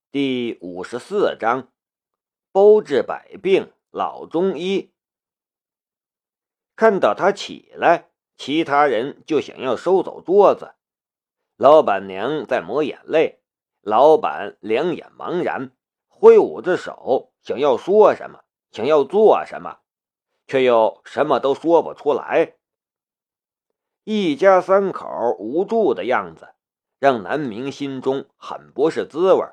第54章，包治百病老中医。看到他起来，其他人就想要收走桌子。老板娘在抹眼泪，老板两眼茫然，挥舞着手，想要说什么，想要做什么，却又什么都说不出来。一家三口无助的样子，让南明心中很不是滋味。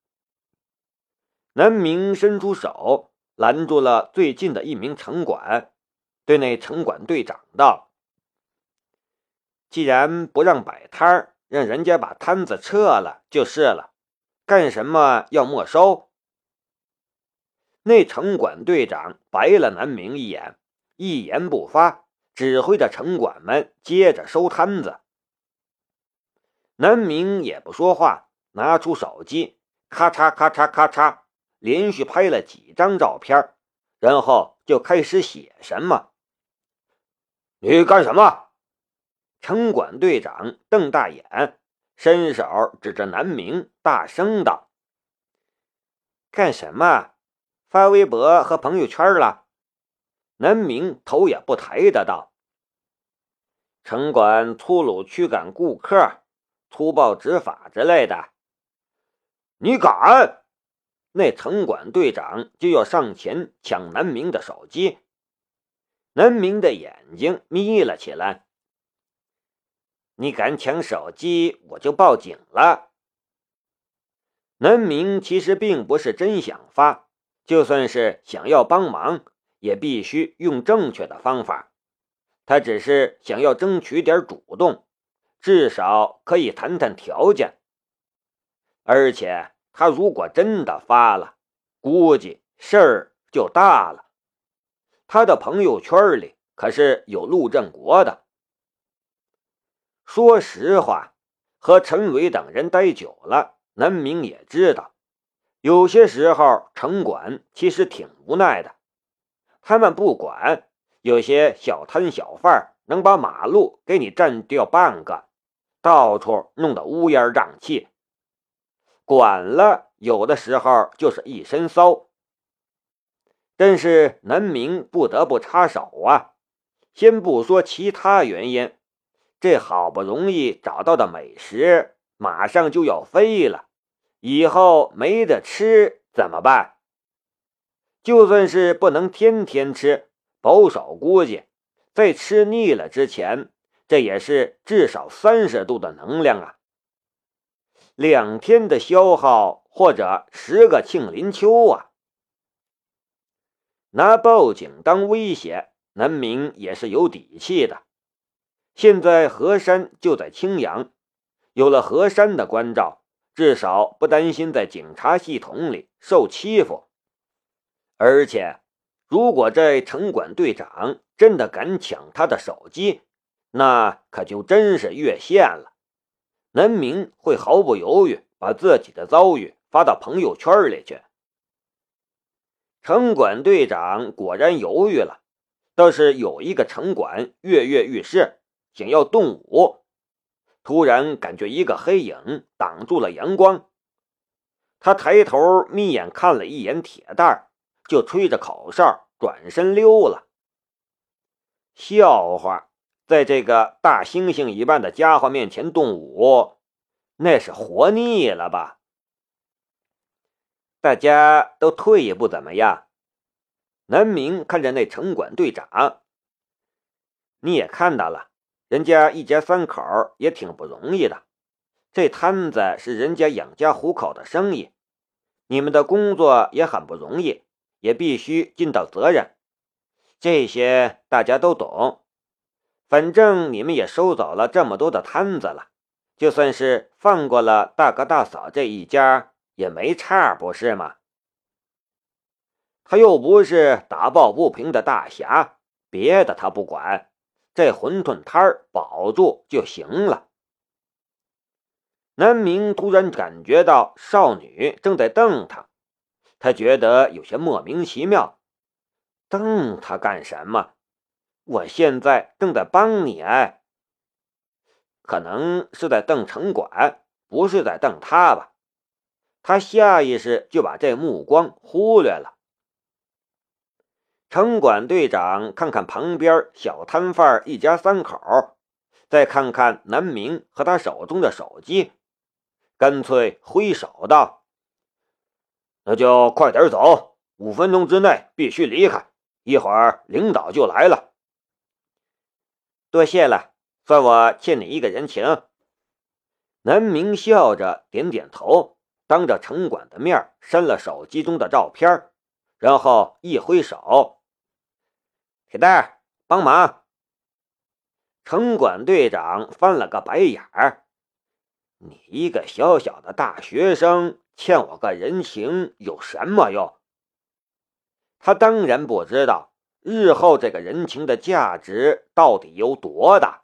南明伸出手拦住了最近的一名城管，对那城管队长道：“既然不让摆摊，让人家把摊子撤了就是了，干什么要没收？”那城管队长白了南明一眼，一言不发，指挥着城管们接着收摊子。南明也不说话，拿出手机，咔嚓咔嚓咔嚓连续拍了几张照片，然后就开始写什么。你干什么？城管队长瞪大眼，伸手指着南明，大声道：“干什么？发微博和朋友圈了？”南明头也不抬的道：“城管粗鲁驱赶顾客，粗暴执法之类的。”你敢！那城管队长就要上前抢南明的手机。南明的眼睛眯了起来。你敢抢手机，我就报警了。南明其实并不是真想发，就算是想要帮忙，也必须用正确的方法。他只是想要争取点主动，至少可以谈谈条件。而且他如果真的发了，估计事儿就大了。他的朋友圈里可是有陆振国的。说实话，和陈伟等人待久了，南明也知道，有些时候城管其实挺无奈的。他们不管，有些小摊小贩能把马路给你占掉半个，到处弄得乌烟瘴气。管了，有的时候就是一身骚。但是南明不得不插手啊。先不说其他原因，这好不容易找到的美食马上就要飞了，以后没得吃怎么办？就算是不能天天吃，保守估计在吃腻了之前，这也是至少30度的能量啊。2天的消耗，或者10个庆林秋啊。拿报警当威胁，南明也是有底气的。现在河山就在青阳，有了河山的关照，至少不担心在警察系统里受欺负。而且如果这城管队长真的敢抢他的手机，那可就真是越线了。南明会毫不犹豫把自己的遭遇发到朋友圈里去。城管队长果然犹豫了，倒是有一个城管跃跃欲试，想要动武。突然感觉一个黑影挡住了阳光，他抬头眯眼看了一眼铁蛋，就吹着口哨转身溜了。笑话，在这个大猩猩一般的家伙面前动武，那是活腻了吧？大家都退一步怎么样？南明看着那城管队长，你也看到了，人家一家三口也挺不容易的，这摊子是人家养家糊口的生意，你们的工作也很不容易，也必须尽到责任，这些大家都懂。反正你们也收走了这么多的摊子了，就算是放过了大哥大嫂这一家也没差，不是吗？他又不是打抱不平的大侠，别的他不管，这馄饨摊保住就行了。南明突然感觉到少女正在瞪他，他觉得有些莫名其妙。瞪他干什么？我现在正在帮你哎。可能是在瞪城管，不是在瞪他吧。 他下意识就把这目光忽略了。城管队长看看旁边小摊贩一家三口，再看看南明和他手中的手机，干脆挥手道：“那就快点走，5分钟之内必须离开，一会儿领导就来了。”“多谢了，算我欠你一个人情。”南明笑着点点头，当着城管的面删了手机中的照片，然后一挥手：“铁蛋，帮忙！”城管队长翻了个白眼儿：“你一个小小的大学生，欠我个人情有什么用？”他当然不知道日后这个人情的价值到底有多大。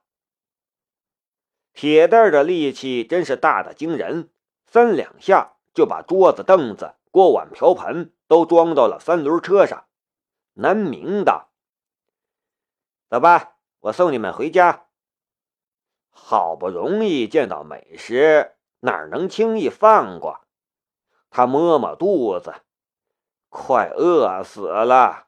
铁蛋的力气真是大得惊人，3两下就把桌子、凳子、锅碗瓢盆都装到了3轮车上。南明道：“走吧，我送你们回家。”好不容易见到美食，哪能轻易放过？他摸摸肚子，快饿死了。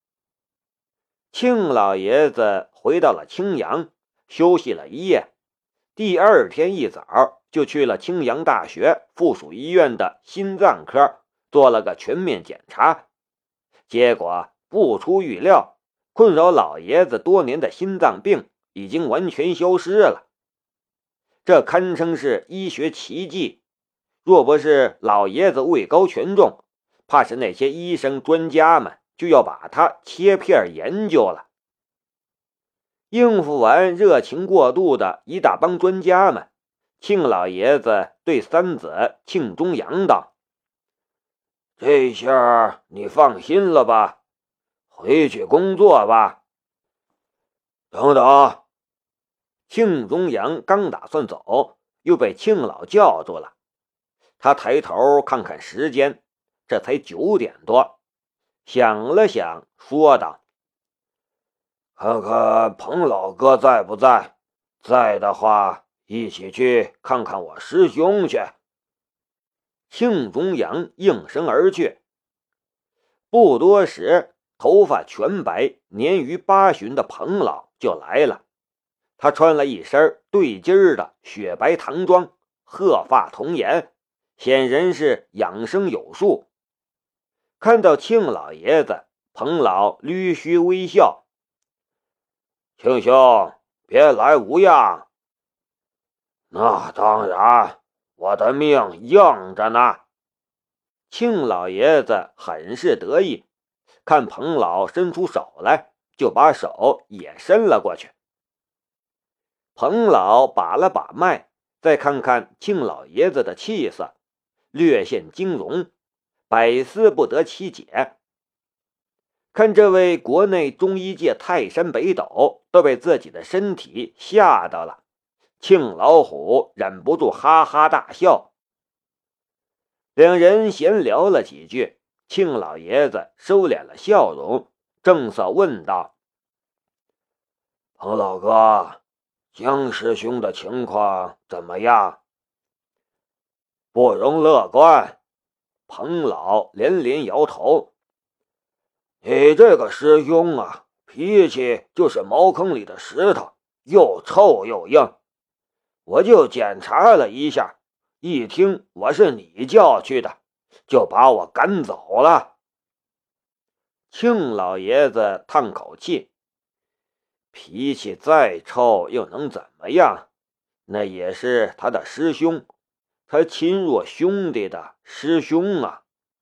庆老爷子回到了青阳，休息了一夜。第2天一早就去了青阳大学附属医院的心脏科，做了个全面检查。结果不出预料，困扰老爷子多年的心脏病已经完全消失了。这堪称是医学奇迹，若不是老爷子位高权重，怕是那些医生专家们就要把他切片研究了。应付完热情过度的一大帮专家们，庆老爷子对三子庆中阳道：“这下你放心了吧？回去工作吧。”“等等！”庆中阳刚打算走，又被庆老叫住了。他抬头看看时间，这才9点多，想了想，说道：“看看彭老哥在不在，在的话，一起去看看我师兄去。”庆中阳应声而去。不多时，头发全白、年逾8旬的彭老就来了。他穿了一身对襟的雪白唐装，鹤发童颜，显然是养生有术。看到庆老爷子，彭老捋须微笑：“庆兄，别来无恙。”“那当然，我的命硬着呢。”庆老爷子很是得意，看彭老伸出手来，就把手也伸了过去。彭老把了把脉，再看看庆老爷子的气色，略显惊容，百思不得其解。看这位国内中医界泰山北斗都被自己的身体吓到了，庆老虎忍不住哈哈大笑。两人闲聊了几句，庆老爷子收敛了笑容，正色问道：“彭老哥，江师兄的情况怎么样？”“不容乐观。”彭老连连摇头。“你这个师兄啊，脾气就是茅坑里的石头，又臭又硬。我就检查了一下，一听我是你叫去的，就把我赶走了。”庆老爷子叹口气：“脾气再臭又能怎么样？那也是他的师兄，他亲若兄弟的师兄啊。”“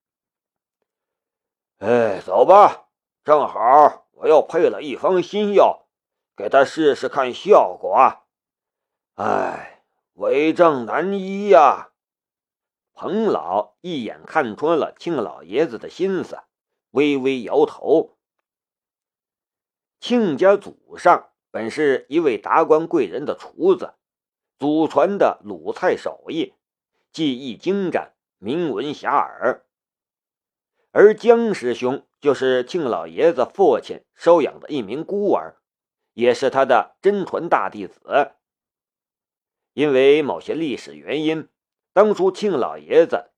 走吧，正好我又配了一方新药，给他试试看效果。为政难医呀。”彭老一眼看穿了庆老爷子的心思，微微摇头。庆家祖上本是一位达官贵人的厨子，祖传的鲁菜手艺，技艺精湛，名闻遐迩。而江师兄就是庆老爷子父亲收养的一名孤儿，也是他的真传大弟子。因为某些历史原因，当初庆老爷子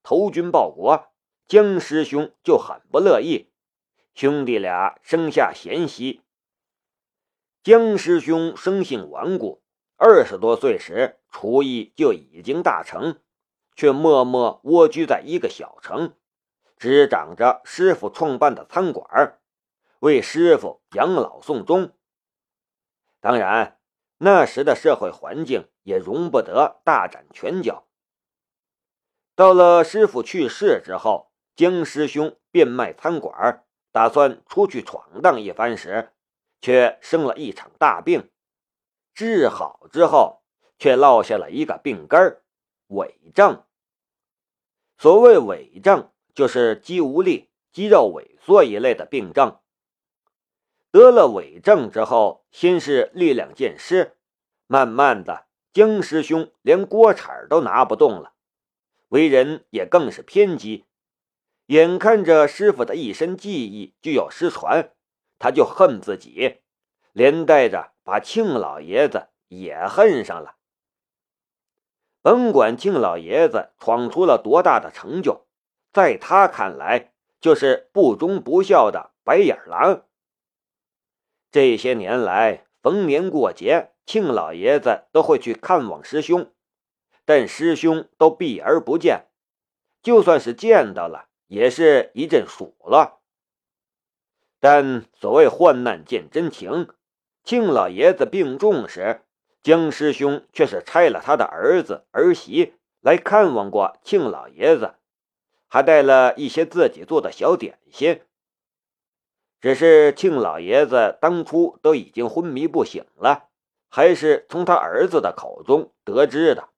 投军报国，姜师兄就很不乐意，兄弟俩生下嫌隙。姜师兄生性顽固，20多岁时厨艺就已经大成，却默默蜗居在一个小城，执掌着师傅创办的餐馆，为师傅养老送终。当然，那时的社会环境也容不得大展拳脚。到了师傅去世之后，姜师兄变卖餐馆，打算出去闯荡一番时，却生了一场大病。治好之后，却落下了一个病根——痿症。所谓痿症，就是肌无力、肌肉萎缩一类的病症。得了痿症之后，先是力量渐失，慢慢的，姜师兄连锅铲都拿不动了，为人也更是偏激。眼看着师傅的一身技艺就要失传，他就恨自己，连带着把庆老爷子也恨上了。甭管庆老爷子闯出了多大的成就，在他看来就是不忠不孝的白眼狼。这些年来，逢年过节，庆老爷子都会去看望师兄，但师兄都避而不见，就算是见到了，也是一阵数落。但所谓患难见真情，庆老爷子病重时，姜师兄却是差了他的儿子儿媳来看望过庆老爷子，还带了一些自己做的小点心。只是庆老爷子当初都已经昏迷不醒了，还是从他儿子的口中得知的。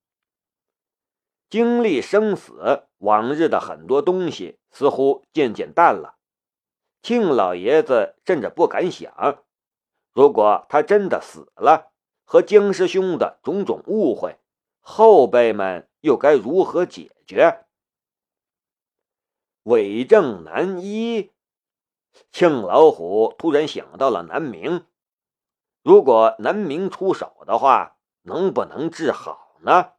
经历生死，往日的很多东西似乎渐渐淡了。庆老爷子甚至不敢想，如果他真的死了，和姜师兄的种种误会，后辈们又该如何解决？伪证难医，庆老虎突然想到了南明。如果南明出手的话，能不能治好呢？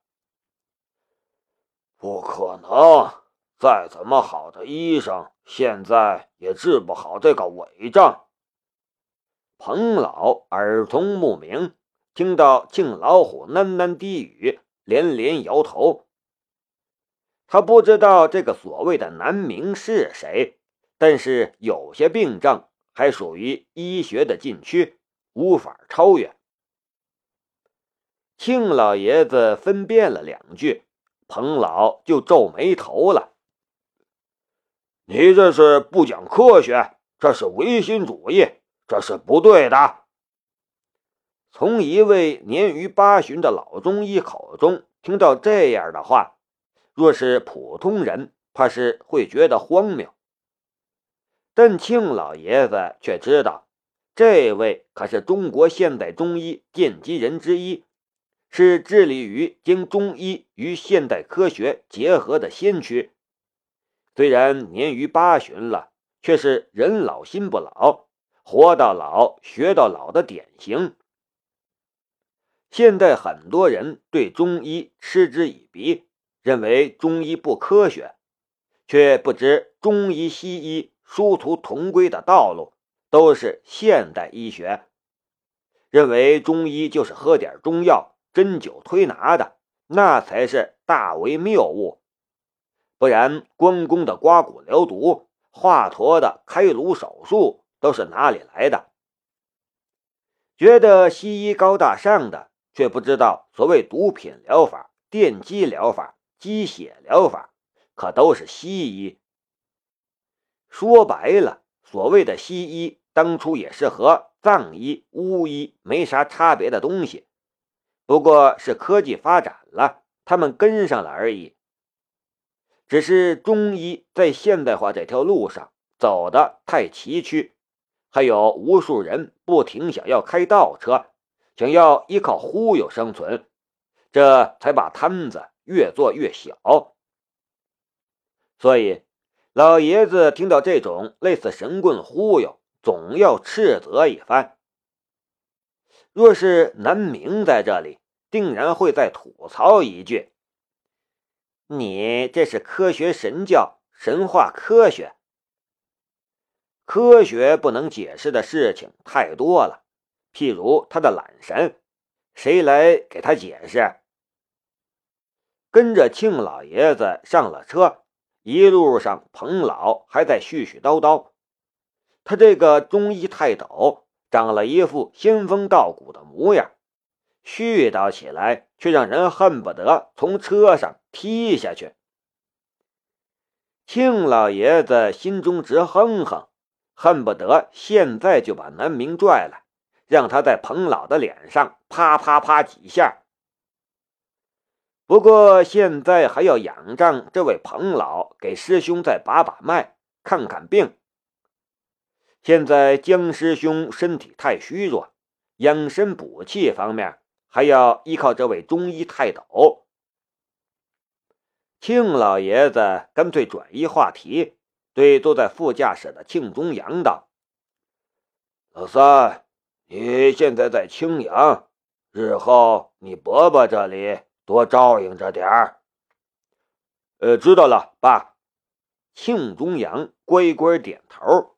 不可能，再怎么好的医生，现在也治不好这个伪证。 彭老耳聪目明，听到庆老虎喃喃低语，连连摇头。他不知道这个所谓的南明是谁，但是有些病症还属于医学的禁区，无法超越。庆老爷子分辨了两句，彭老就皱眉头了。 你这是不讲科学，这是唯心主义，这是不对的。 从一位年逾80的老中医口中听到这样的话，若是普通人，怕是会觉得荒谬。但庆老爷子却知道，这位可是中国现代中医奠基人之一，是致力于将中医与现代科学结合的先驱。虽然年逾80了，却是人老心不老，活到老学到老的典型。现在很多人对中医嗤之以鼻，认为中医不科学，却不知中医西医殊途同归的道路都是现代医学，认为中医就是喝点中药针灸推拿的，那才是大为谬误。不然关公的刮骨疗毒，华佗的开颅手术都是哪里来的？觉得西医高大上的，却不知道所谓毒品疗法、电击疗法、鸡血疗法可都是西医。说白了，所谓的西医当初也是和藏医、巫医没啥差别的东西，不过是科技发展了，他们跟上了而已。只是中医在现代化这条路上走得太崎岖，还有无数人不停想要开倒车，想要依靠忽悠生存，这才把摊子越做越小。所以老爷子听到这种类似神棍忽悠，总要斥责一番。若是南明在这里，定然会再吐槽一句： 你这是科学神教，神话科学。科学不能解释的事情太多了，譬如他的懒神，谁来给他解释？跟着庆老爷子上了车，一路上彭老还在絮絮叨叨。他这个中医泰斗长了一副仙风道骨的模样，絮叨起来却让人恨不得从车上踢下去。庆老爷子心中直哼哼，恨不得现在就把南明拽来，让他在彭老的脸上啪啪啪几下。不过现在还要仰仗这位彭老给师兄再把把脉，看看病。现在江师兄身体太虚弱，养生补气方面还要依靠这位中医泰斗。庆老爷子干脆转移话题，对坐在副驾驶的庆中阳道： 老三，你现在在青阳，日后你伯伯这里多照应着点儿。 知道了，爸。庆中阳乖乖点头。